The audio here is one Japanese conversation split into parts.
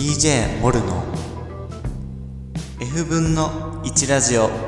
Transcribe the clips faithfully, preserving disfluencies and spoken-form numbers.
ィージェー モルの エフ 分のいちラジオ。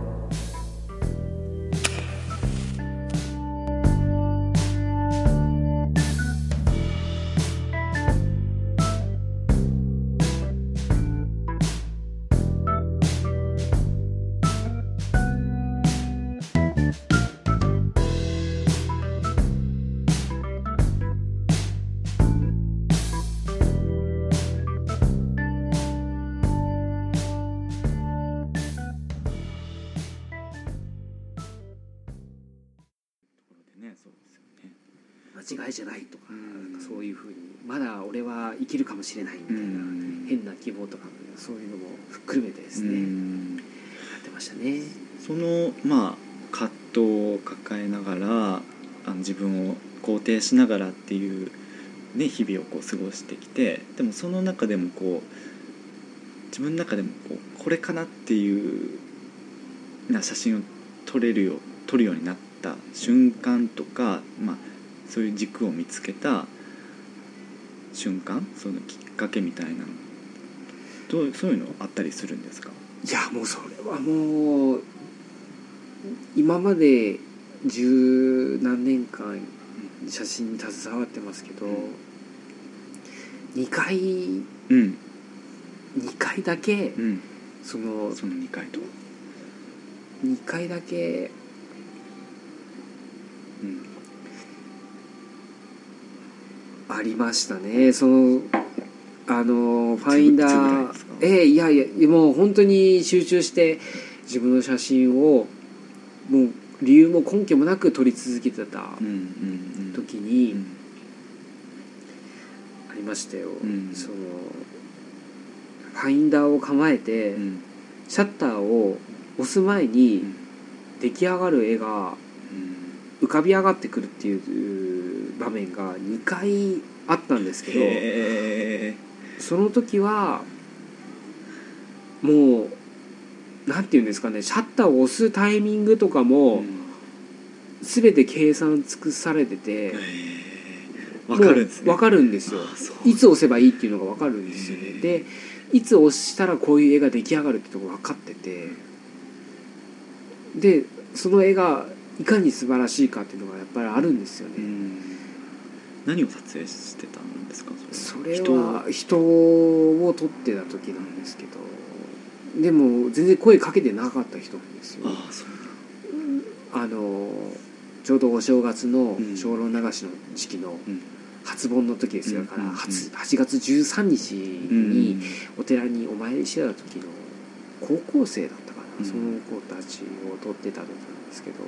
間違いじゃないとか、なんかそういうふうにまだ俺は生きるかもしれないみたいな変な希望とかそういうのも含めてですね、やってましたね。 そのまあ葛藤を抱えながらあの自分を肯定しながらっていう、ね、日々をこう過ごしてきて、でもその中でもこう自分の中でもこうこれかなっていうな写真を撮れるよ撮るようになった瞬間とか、まあそういう軸を見つけた瞬間、そのきっかけみたいなのどうそういうのあったりするんですか？ いやもうそれはもう今まで十何年間写真に携わってますけど、うん、にかい、うん、にかいだけ、うん、そのそのにかいとはにかいだけ、うん、ありましたね。そのあのファインダーえー、いやいやもう本当に集中して自分の写真をもう理由も根拠もなく撮り続けてた時にありましたよ、うん、そのファインダーを構えてシャッターを押す前に出来上がる絵が浮かび上がってくるっていう場面がにかいあったんですけど、へー、その時はもうなんていうんですかね、シャッターを押すタイミングとかも全て計算尽くされてて、 分かるんですね。 分かるんですよ。いつ押せばいいっていうのが分かるんですよね。でいつ押したらこういう絵が出来上がるってところが分かってて、でその絵がいかに素晴らしいかっていうのがやっぱりあるんですよね。 何を撮影してたんですか？ それは人を撮ってた時なんですけど、でも全然声かけてなかった人なんですよ。ああ、そう。あのちょうどお正月の精霊流しの時期の初盆の時ですよ、だからはちがつじゅうさんにちにお寺にお参りしてた時の高校生だったかな、その子たちを撮ってた時なんですけど、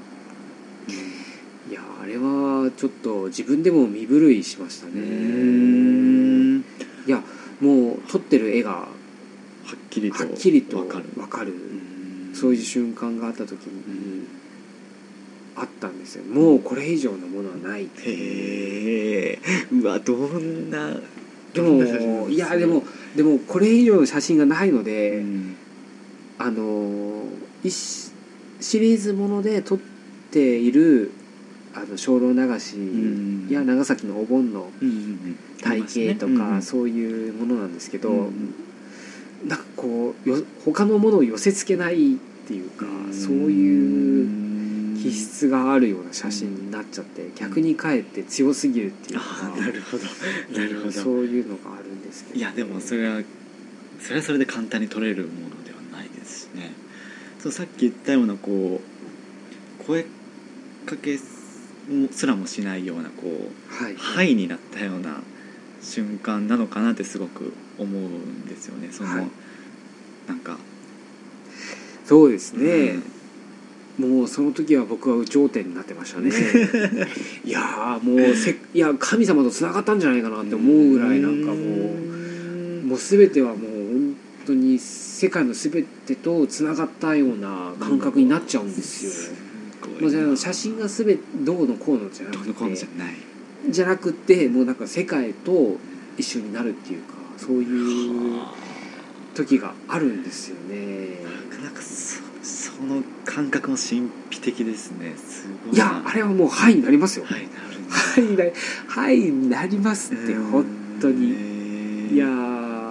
いやあれはちょっと自分でも身震いしましたね。いやもう撮ってる絵がはっきりとはっきりと分かる、分かる、そういう瞬間があった時にあったんですよ。もうこれ以上のものはないっていう。 へえ、うわどんなでもいやでもでもこれ以上の写真がないので、うん、あの一シリーズもので撮っているあの精霊流しや長崎のお盆の体型とかそういうものなんですけど、なんかこうよ他のものを寄せ付けないっていうか、そういう気質があるような写真になっちゃって、逆にかえって強すぎるっていうか、 なるほどなるほど、 そういうのがあるんですけど、 いやでもそれはそれはそれで簡単に撮れるものではないですしね。そうさっき言ったようなこう声かけすらもしないようなこう、はい、ハイになったような瞬間なのかなってすごく思うんですよね。その、はい、なんかそうですね、うん、もうその時は僕は有頂天になってましたねいやもうせいや神様とつながったんじゃないかなって思うぐらい、なんかもうもう全てはもう本当に世界の全てとつながったような感覚になっちゃうんですよ、うん、もうじゃあ写真が全てどうのこうのじゃなくて、どうのこうのじゃないじゃなくてもうなんか世界と一緒になるっていうか、そういう時があるんですよね。 なかなか そ, その感覚も神秘的ですね。すごい。 いやあれはもうはいになりますよ。 はいなるんだ。 はいなはいなりますって本当に。いや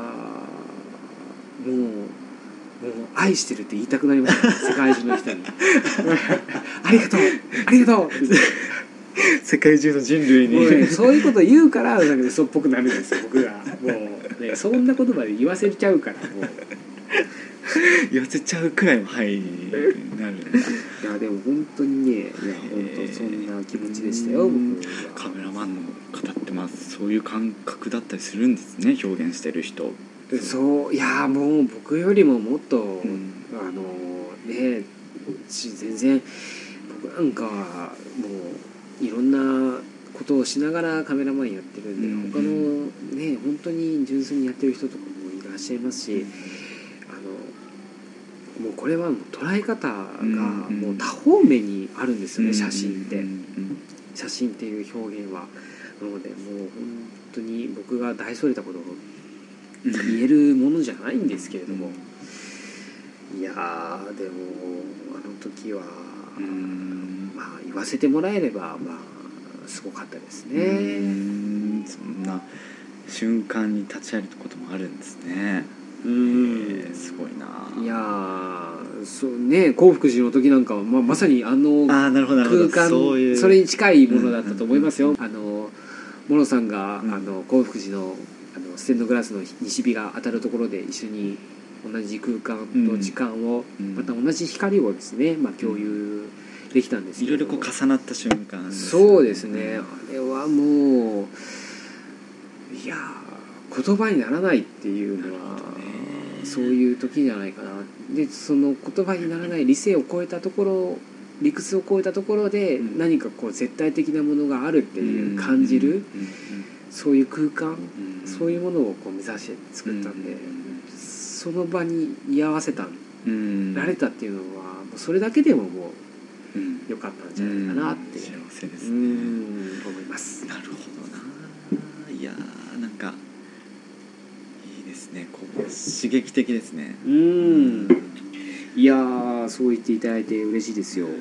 もう愛してるって言いたくなりますね世界中の人にありがとうありがとうって世界中の人類にもう、ね、そういうこと言うからなんか嘘っぽくなるんですよ僕がもう、ね、そんな言葉で言わせちゃうからもう言わせちゃうくらいの範囲になるんだ。 いやでも本当にねいや本当そんな気持ちでしたよ僕は。 カメラマンの方ってまあそういう感覚だったりするんですね、表現してる人。 そういやもう僕よりももっと、 うん、 あのね全然僕なんかはもういろんなことをしながらカメラマンやってるんで、うん、他のね本当に純粋にやってる人とかもいらっしゃいますし、あのもうこれはもう捉え方がもう多方面にあるんですよね、うん、写真って、うん、写真っていう表現は。なのでもう本当に僕が大それたことを言えるものじゃないんですけれども、いやーでもあの時は、まあ言わせてもらえればまあすごかったですね。うん、 そんな瞬間に立ち会えることもあるんですね。 うん、 えー、すごいな。 いやそうね、興福寺の時なんかは、まあ、まさにあの空間 そ, うそれに近いものだったと思いますよ。あのモロさんが、うん、あの興福寺のあのステンドグラスの西日が当たるところで一緒に同じ空間と時間を、うん、また同じ光をですね、まあ、共有できたんですけど、 いろいろこう重なった瞬間です、 ね、そうですね、あれはもういや言葉にならないっていうのはそういう時じゃないかな。でその言葉にならない理性を超えたところ、理屈を超えたところで何かこう絶対的なものがあるっていう感じる、そういう空間、そういうものをこう目指して作ったんで、その場に居合わせたられたっていうのはそれだけでももう良かったんじゃないかなって幸せですね、 思います。 なるほどな。いやーなんかいいですね、こう刺激的ですね。 うん、いやーそう言っていただいて嬉しいですよ。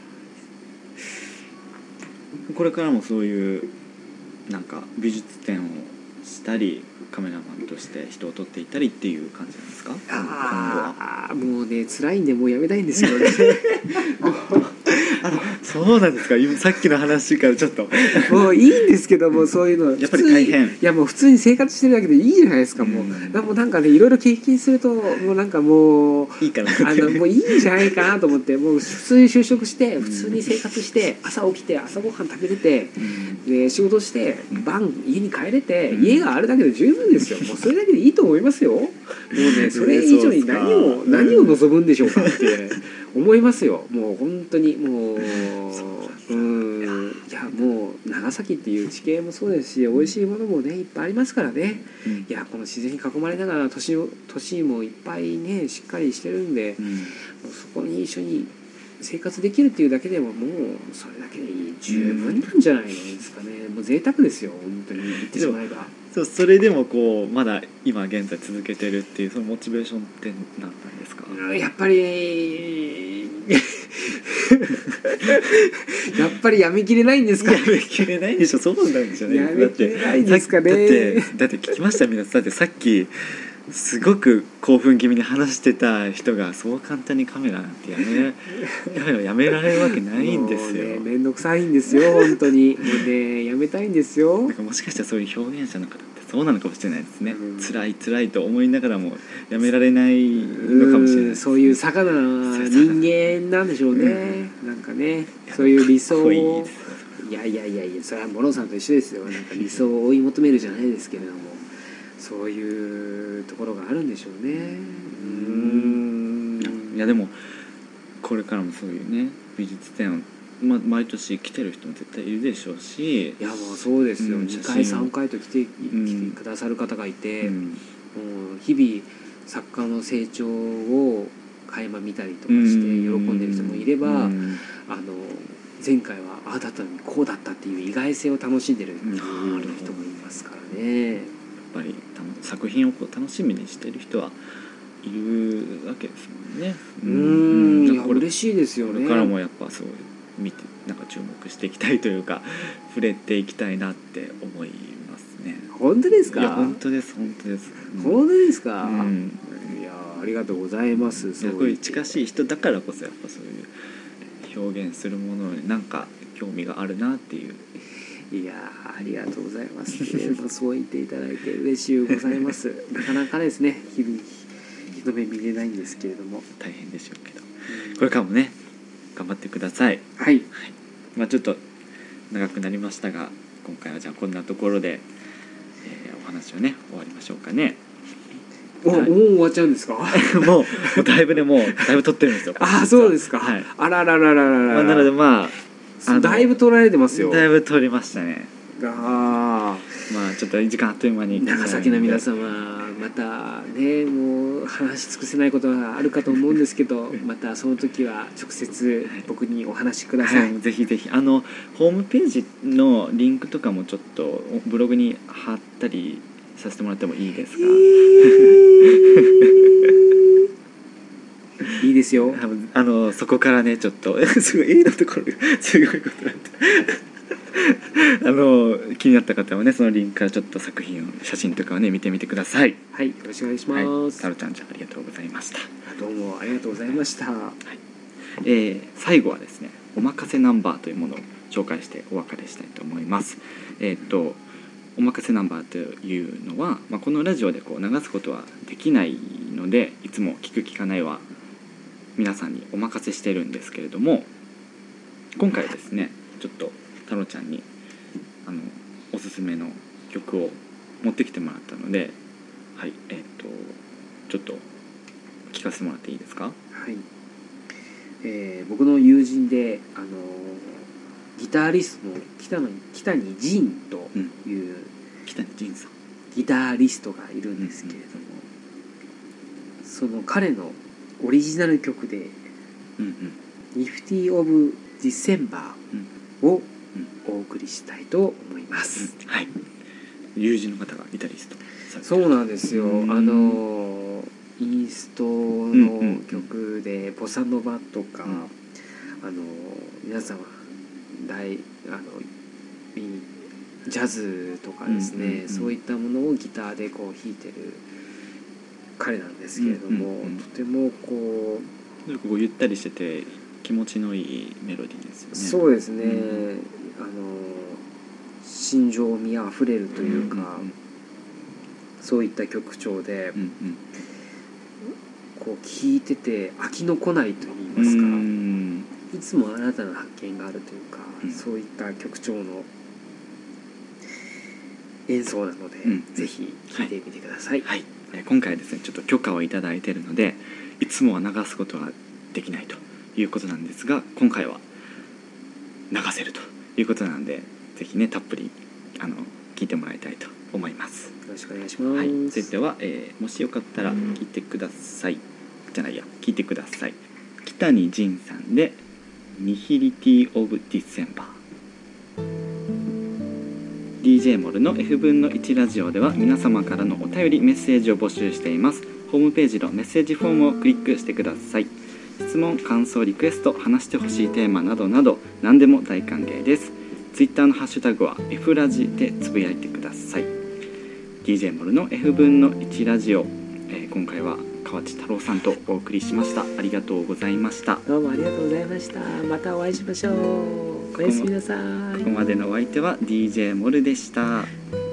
これからもそういうなんか美術展をしたりカメラマンとして人を撮っていったりっていう感じなんですか？ ああもうね辛いんでもうやめたいんですよねあのそうなんですか。今さっきの話からちょっともういいんですけども、そういうのやっぱり大変。いやもう普通に生活してるだけでいいじゃないですか。もう、うん、でもなんかねいろいろ経験するともうなんかもういいかなあのもういいんじゃないかなと思って、もう普通に就職して普通に生活して朝起きて朝ごはん食べれて、うん、で仕事して晩家に帰れて、うん、家があるだけで十分ですよ。もうそれだけでいいと思いますよ。もうねそれ以上に何を何を望むんでしょうかって思いますよ。もう本当にもううんいやもう長崎っていう地形もそうですし、美味しいものもねいっぱいありますからね、うん、いやこの自然に囲まれながら都市都市もいっぱいねしっかりしてるんで、うん、もうそこに一緒に生活できるっていうだけでももうそれだけでいい十分なんじゃないですかね。もう贅沢ですよ本当に言ってしまえば。 そうそれでもこうまだ今現在続けてるっていうそのモチベーションって何なんですか？ やっぱりやっぱりやめきれないんですか？ やめきれないでしょ。そうなんでしょうね。 やめきれないですかね。 だってだって聞きました皆さん。だってさっきすごく興奮気味に話してた人がそう簡単にカメラなんてやめカメラやめられるわけないんですよ。 もうね面倒くさいんですよ本当に。もうねやめたいんですよ。 なんかもしかしたらそういう表現者の方ってそうなのかもしれないですね、うん、辛い辛いと思いながらもやめられないのかもしれない、ね、うそういう魚な人間なんでしょうね、うん、なんかねそういう理想をいやいやいやいやそれはモロさんと一緒ですよ。なんか理想を追い求めるじゃないですけれどもそういうところがあるんでしょうね。うーんいやでもこれからもそういうね美術展をま、毎年来てる人も絶対いるでしょうし、 いやもうそうですよ、うん、にかいさんかいと来て、うん、来てくださる方がいて、うん、もう日々作家の成長を垣間見たりとかして喜んでる人もいれば、うん、あの前回はああだったのにこうだったっていう意外性を楽しんでるっていう人もいますからね。 やっぱり作品をこう楽しみにしてる人はいるわけですもんね。 うん、うん、いや嬉しいですよね。 これからもやっぱそう見てなんか注目していきたいというか触れていきたいなって思いますね。 本当ですか？ いや本当です本当です、 うん、本当ですか、うん、いやありがとうございます。 すごい近しい人だからこそやっぱそういう表現するものになんか興味があるなっていう。 いやーありがとうございます、ねまあ、そう言っていただいて嬉しゅうございます。なかなかですね日々一目見れないんですけれども大変でしょうけど、これからもね頑張ってください。 はい、 はい、まあちょっと長くなりましたが今回はじゃあこんなところで、えー、お話をね終わりましょうかね。 お、 はい、 もう終わっちゃうんですかもうもうだいぶねもうだいぶ撮ってるんですよああそうですか、 はい、 あらららららら、 まあ、なのでまああだいぶ撮られてますよ。 だいぶ撮りましたね。 あまあちょっと時間あっという間に長崎の皆様またねもう話し尽くせないことがあるかと思うんですけどまたその時は直接僕にお話しください、 はい、ぜひぜひあのホームページのリンクとかもちょっとブログに貼ったりさせてもらってもいいですか？ いいですよ。 あのそこからねちょっとすごい A のところがすごいことになってあの気になった方はねそのリンクからちょっと作品を写真とかをね見てみてください。 はいよろしくお願いします。 はい、タロちゃんちゃんありがとうございました。 どうもありがとうございました。 はいえー、最後はですねおまかせナンバーというものを紹介してお別れしたいと思います。えー、っとおまかせナンバーというのは、まあ、このラジオでこう流すことはできないのでいつも聞く聞かないは皆さんにお任せしてるんですけれども今回はですねちょっと太郎ちゃんにあのおすすめの曲を持ってきてもらったのではいえー、っとちょっと聞かせてもらっていいですか？ はい、えー、僕の友人であのギタリストの北野北に仁という、うん、 北に仁さんギタリストがいるんですけれども、うんうん、その彼のオリジナル曲で「 うんうん、 Nifty of December」をお送りしたいと思います、 うん、はい友人の方がギタリストそうなんですよ。あのインストの曲でボサノバとか、うん、あの皆様大あのジャズとかですね、うんうんうん、そういったものをギターでこう弾いてる彼なんですけれども、うんうんうん、とてもこうこうゆったりしてて気持ちのいいメロディーですよね。 そうですね、うん、あの心情味あふれるというか、うんうんうん、そういった曲調で、うんうん、こう聴いてて飽きのこないと言いますか、うん、いつも新たな発見があるというか、うん、そういった曲調の演奏なので、うん、ぜひ聴いてみてください、 はいはい、今回はですねちょっと許可をいただいているのでいつもは流すことはできないということなんですが今回は流せるということなのでぜひねたっぷりあの聞いてもらいたいと思います。 よろしくお願いします、 はい、それでは、えー、もしよかったら聞いてくださいじゃないや聞いてください北に仁さんでニヒリティオブディセンバー。 ディージェー モルの エフぶんのいちラジオでは皆様からのお便りメッセージを募集しています。ホームページのメッセージフォームをクリックしてください。質問、感想、リクエスト、話してほしいテーマなどなど何でも大歓迎です。ツイッターのハッシュタグは F ラジでつぶやいてください。 ディージェー モルの エフぶんのいちラジオ、えー、今回は河内太郎さんとお送りしました。ありがとうございました。 どうもありがとうございました。またお会いしましょう。おやすみなさい。 ここまでのお相手は ディージェー モルでした。